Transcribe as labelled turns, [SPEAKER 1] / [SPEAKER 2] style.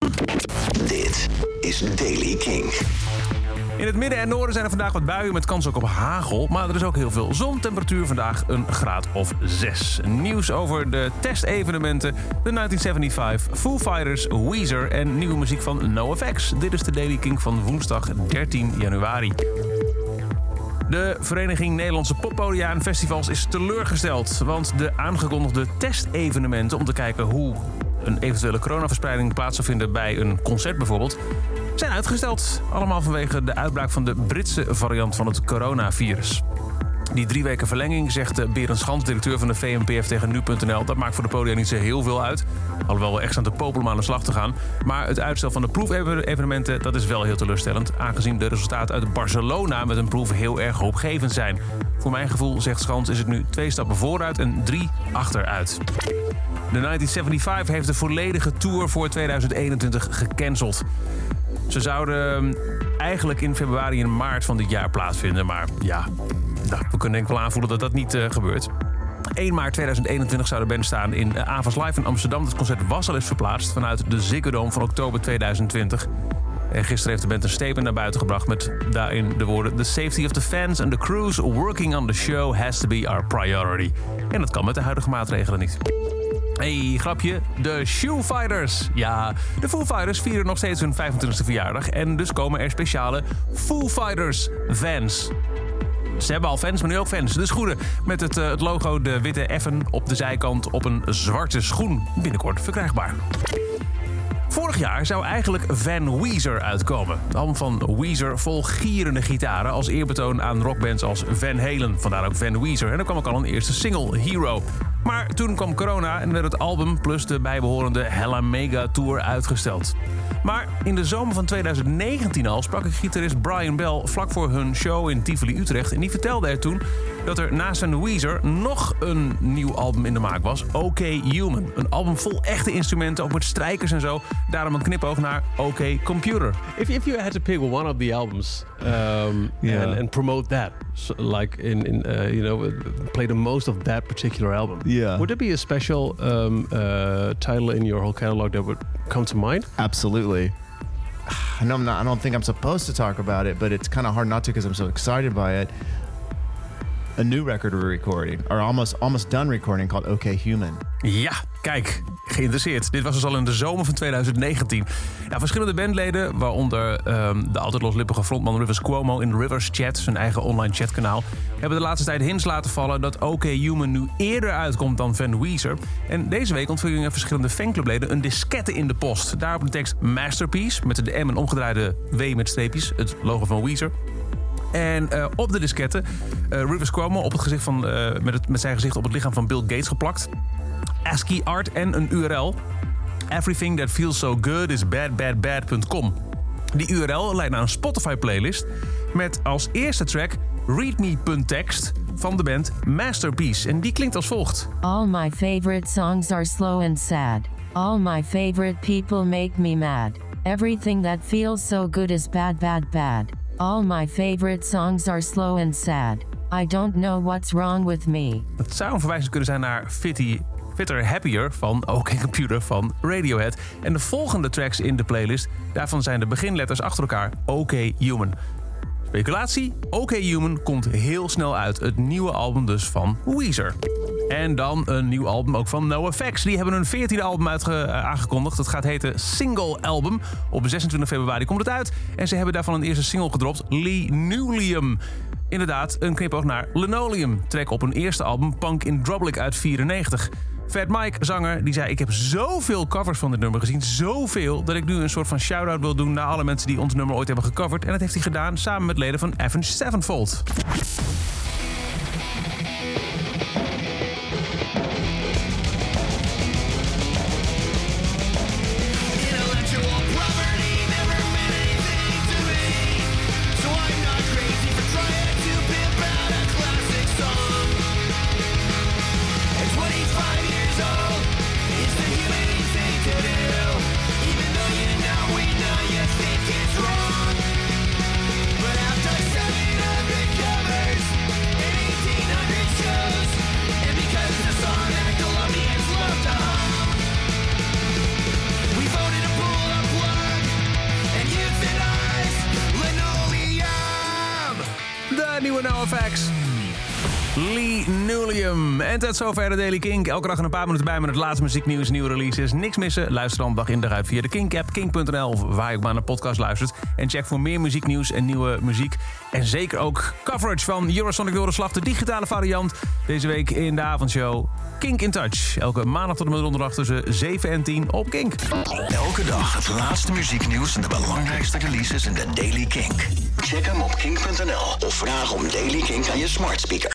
[SPEAKER 1] Dit is Daily King.
[SPEAKER 2] In het midden en noorden zijn er vandaag wat buien met kans ook op hagel. Maar er is ook heel veel zon. Temperatuur vandaag een graad of 6. Nieuws over de testevenementen, de 1975, Foo Fighters, Weezer en nieuwe muziek van NoFX. Dit is de Daily King van woensdag 13 januari. De Vereniging Nederlandse Poppodia en Festivals is teleurgesteld. Want de aangekondigde testevenementen om te kijken hoe een eventuele coronaverspreiding plaats zou vinden bij een concert bijvoorbeeld, zijn uitgesteld. Allemaal vanwege de uitbraak van de Britse variant van het coronavirus. Die 3 weken verlenging, zegt Berend Schans, directeur van de VNPF tegen nu.nl... dat maakt voor de podia niet zo heel veel uit. Alhoewel we echt aan te popelen om aan de slag te gaan. Maar het uitstel van de proefevenementen, dat is wel heel teleurstellend, aangezien de resultaten uit Barcelona met een proef heel erg hoopgevend zijn. Voor mijn gevoel, zegt Schans, is het nu 2 stappen vooruit en 3 achteruit. De 1975 heeft de volledige tour voor 2021 gecanceld. Ze zouden eigenlijk in februari en maart van dit jaar plaatsvinden. Maar ja, we kunnen denk ik wel aanvoelen dat dat niet gebeurt. 1 maart 2021 zou de band staan in Avas Live in Amsterdam. Het concert was al eens verplaatst vanuit de Ziggo Dome van oktober 2020. En gisteren heeft de band een statement naar buiten gebracht met daarin de woorden: "The safety of the fans and the crews working on the show has to be our priority." En dat kan met de huidige maatregelen niet. Hey, grapje. De Shoe Fighters. Ja, de Foo Fighters vieren nog steeds hun 25e verjaardag. En dus komen er speciale Foo Fighters fans. Ze hebben al fans, maar nu ook fans. De schoenen met het logo, de witte effen op de zijkant op een zwarte schoen. Binnenkort verkrijgbaar. Vorig jaar zou eigenlijk Van Weezer uitkomen. Het album van Weezer vol gierende gitaren als eerbetoon aan rockbands als Van Halen. Vandaar ook Van Weezer. En dan kwam ook al een eerste single, Hero. Maar toen kwam corona en werd het album plus de bijbehorende Hella Mega Tour uitgesteld. Maar in de zomer van 2019 al sprak ik gitarist Brian Bell vlak voor hun show in Tivoli Utrecht. En die vertelde er toen dat er naast Van Weezer nog een nieuw album in de maak was, OK Human. Een album vol echte instrumenten, ook met strijkers en zo. Daarom een knipoog naar OK Computer.
[SPEAKER 3] If you had to pick one of the albums and promote that, so like play the most of that particular album, would there be a special title in your whole catalog that would come to mind?
[SPEAKER 4] Absolutely. I don't think I'm supposed to talk about it, but it's kind of hard not to because I'm so excited by it. A new record we're recording, or almost done recording, called OK Human.
[SPEAKER 2] Ja, kijk, geïnteresseerd. Dit was dus al in de zomer van 2019. Ja, verschillende bandleden, waaronder de altijd loslippige frontman Rivers Cuomo in Rivers Chat, zijn eigen online chatkanaal, hebben de laatste tijd hints laten vallen dat OK Human nu eerder uitkomt dan Van Weezer. En deze week ontvingen verschillende fanclubleden een diskette in de post. Daarop de tekst Masterpiece, met de M en omgedraaide W met streepjes, het logo van Weezer. En op de diskette Rivers Cuomo op het gezicht van, met zijn gezicht op het lichaam van Bill Gates geplakt. ASCII art en een URL. Everything that feels so good is badbadbad.com. Die URL leidt naar een Spotify playlist met als eerste track readme.txt van de band Masterpiece. En die klinkt als volgt.
[SPEAKER 5] All my favorite songs are slow and sad. All my favorite people make me mad. Everything that feels so good is bad, bad, bad. All my favorite songs are slow and sad. I don't know what's wrong with me.
[SPEAKER 2] Het zou een verwijzing kunnen zijn naar Fitter Happier van OK Computer van Radiohead. En de volgende tracks in de playlist, daarvan zijn de beginletters achter elkaar OK Human. Speculatie, OK Human komt heel snel uit. Het nieuwe album dus van Weezer. En dan een nieuw album ook van NoFX. Die hebben hun 14e album aangekondigd. Dat gaat heten Single Album. Op 26 februari komt het uit. En ze hebben daarvan een eerste single gedropt, Linoleum. Inderdaad, een knipoog naar Linoleum. Track op hun eerste album, Punk in Drublic uit 94. Fat Mike, zanger, die zei: ik heb zoveel covers van dit nummer gezien. Zoveel, dat ik nu een soort van shout-out wil doen naar alle mensen die ons nummer ooit hebben gecoverd. En dat heeft hij gedaan samen met leden van Avenged Sevenfold.
[SPEAKER 6] But after 7 undercovers
[SPEAKER 2] nieuwe NoFX. Linoleum. En tot zover de Daily Kink. Elke dag een paar minuten bij met het laatste muzieknieuws, nieuwe releases. Niks missen. Luister dan dag in dag uit via de Kink-app, kink.nl of waar je ook maar naar podcast luistert. En check voor meer muzieknieuws en nieuwe muziek. En zeker ook coverage van Eurosonic Doorslag, de digitale variant. Deze week in de avondshow Kink in Touch. Elke maandag tot en met donderdag tussen 7 en 10 op Kink.
[SPEAKER 1] Elke dag het laatste muzieknieuws en de belangrijkste releases in de Daily Kink. Check hem op kink.nl of vraag om Daily Kink aan je smart speaker.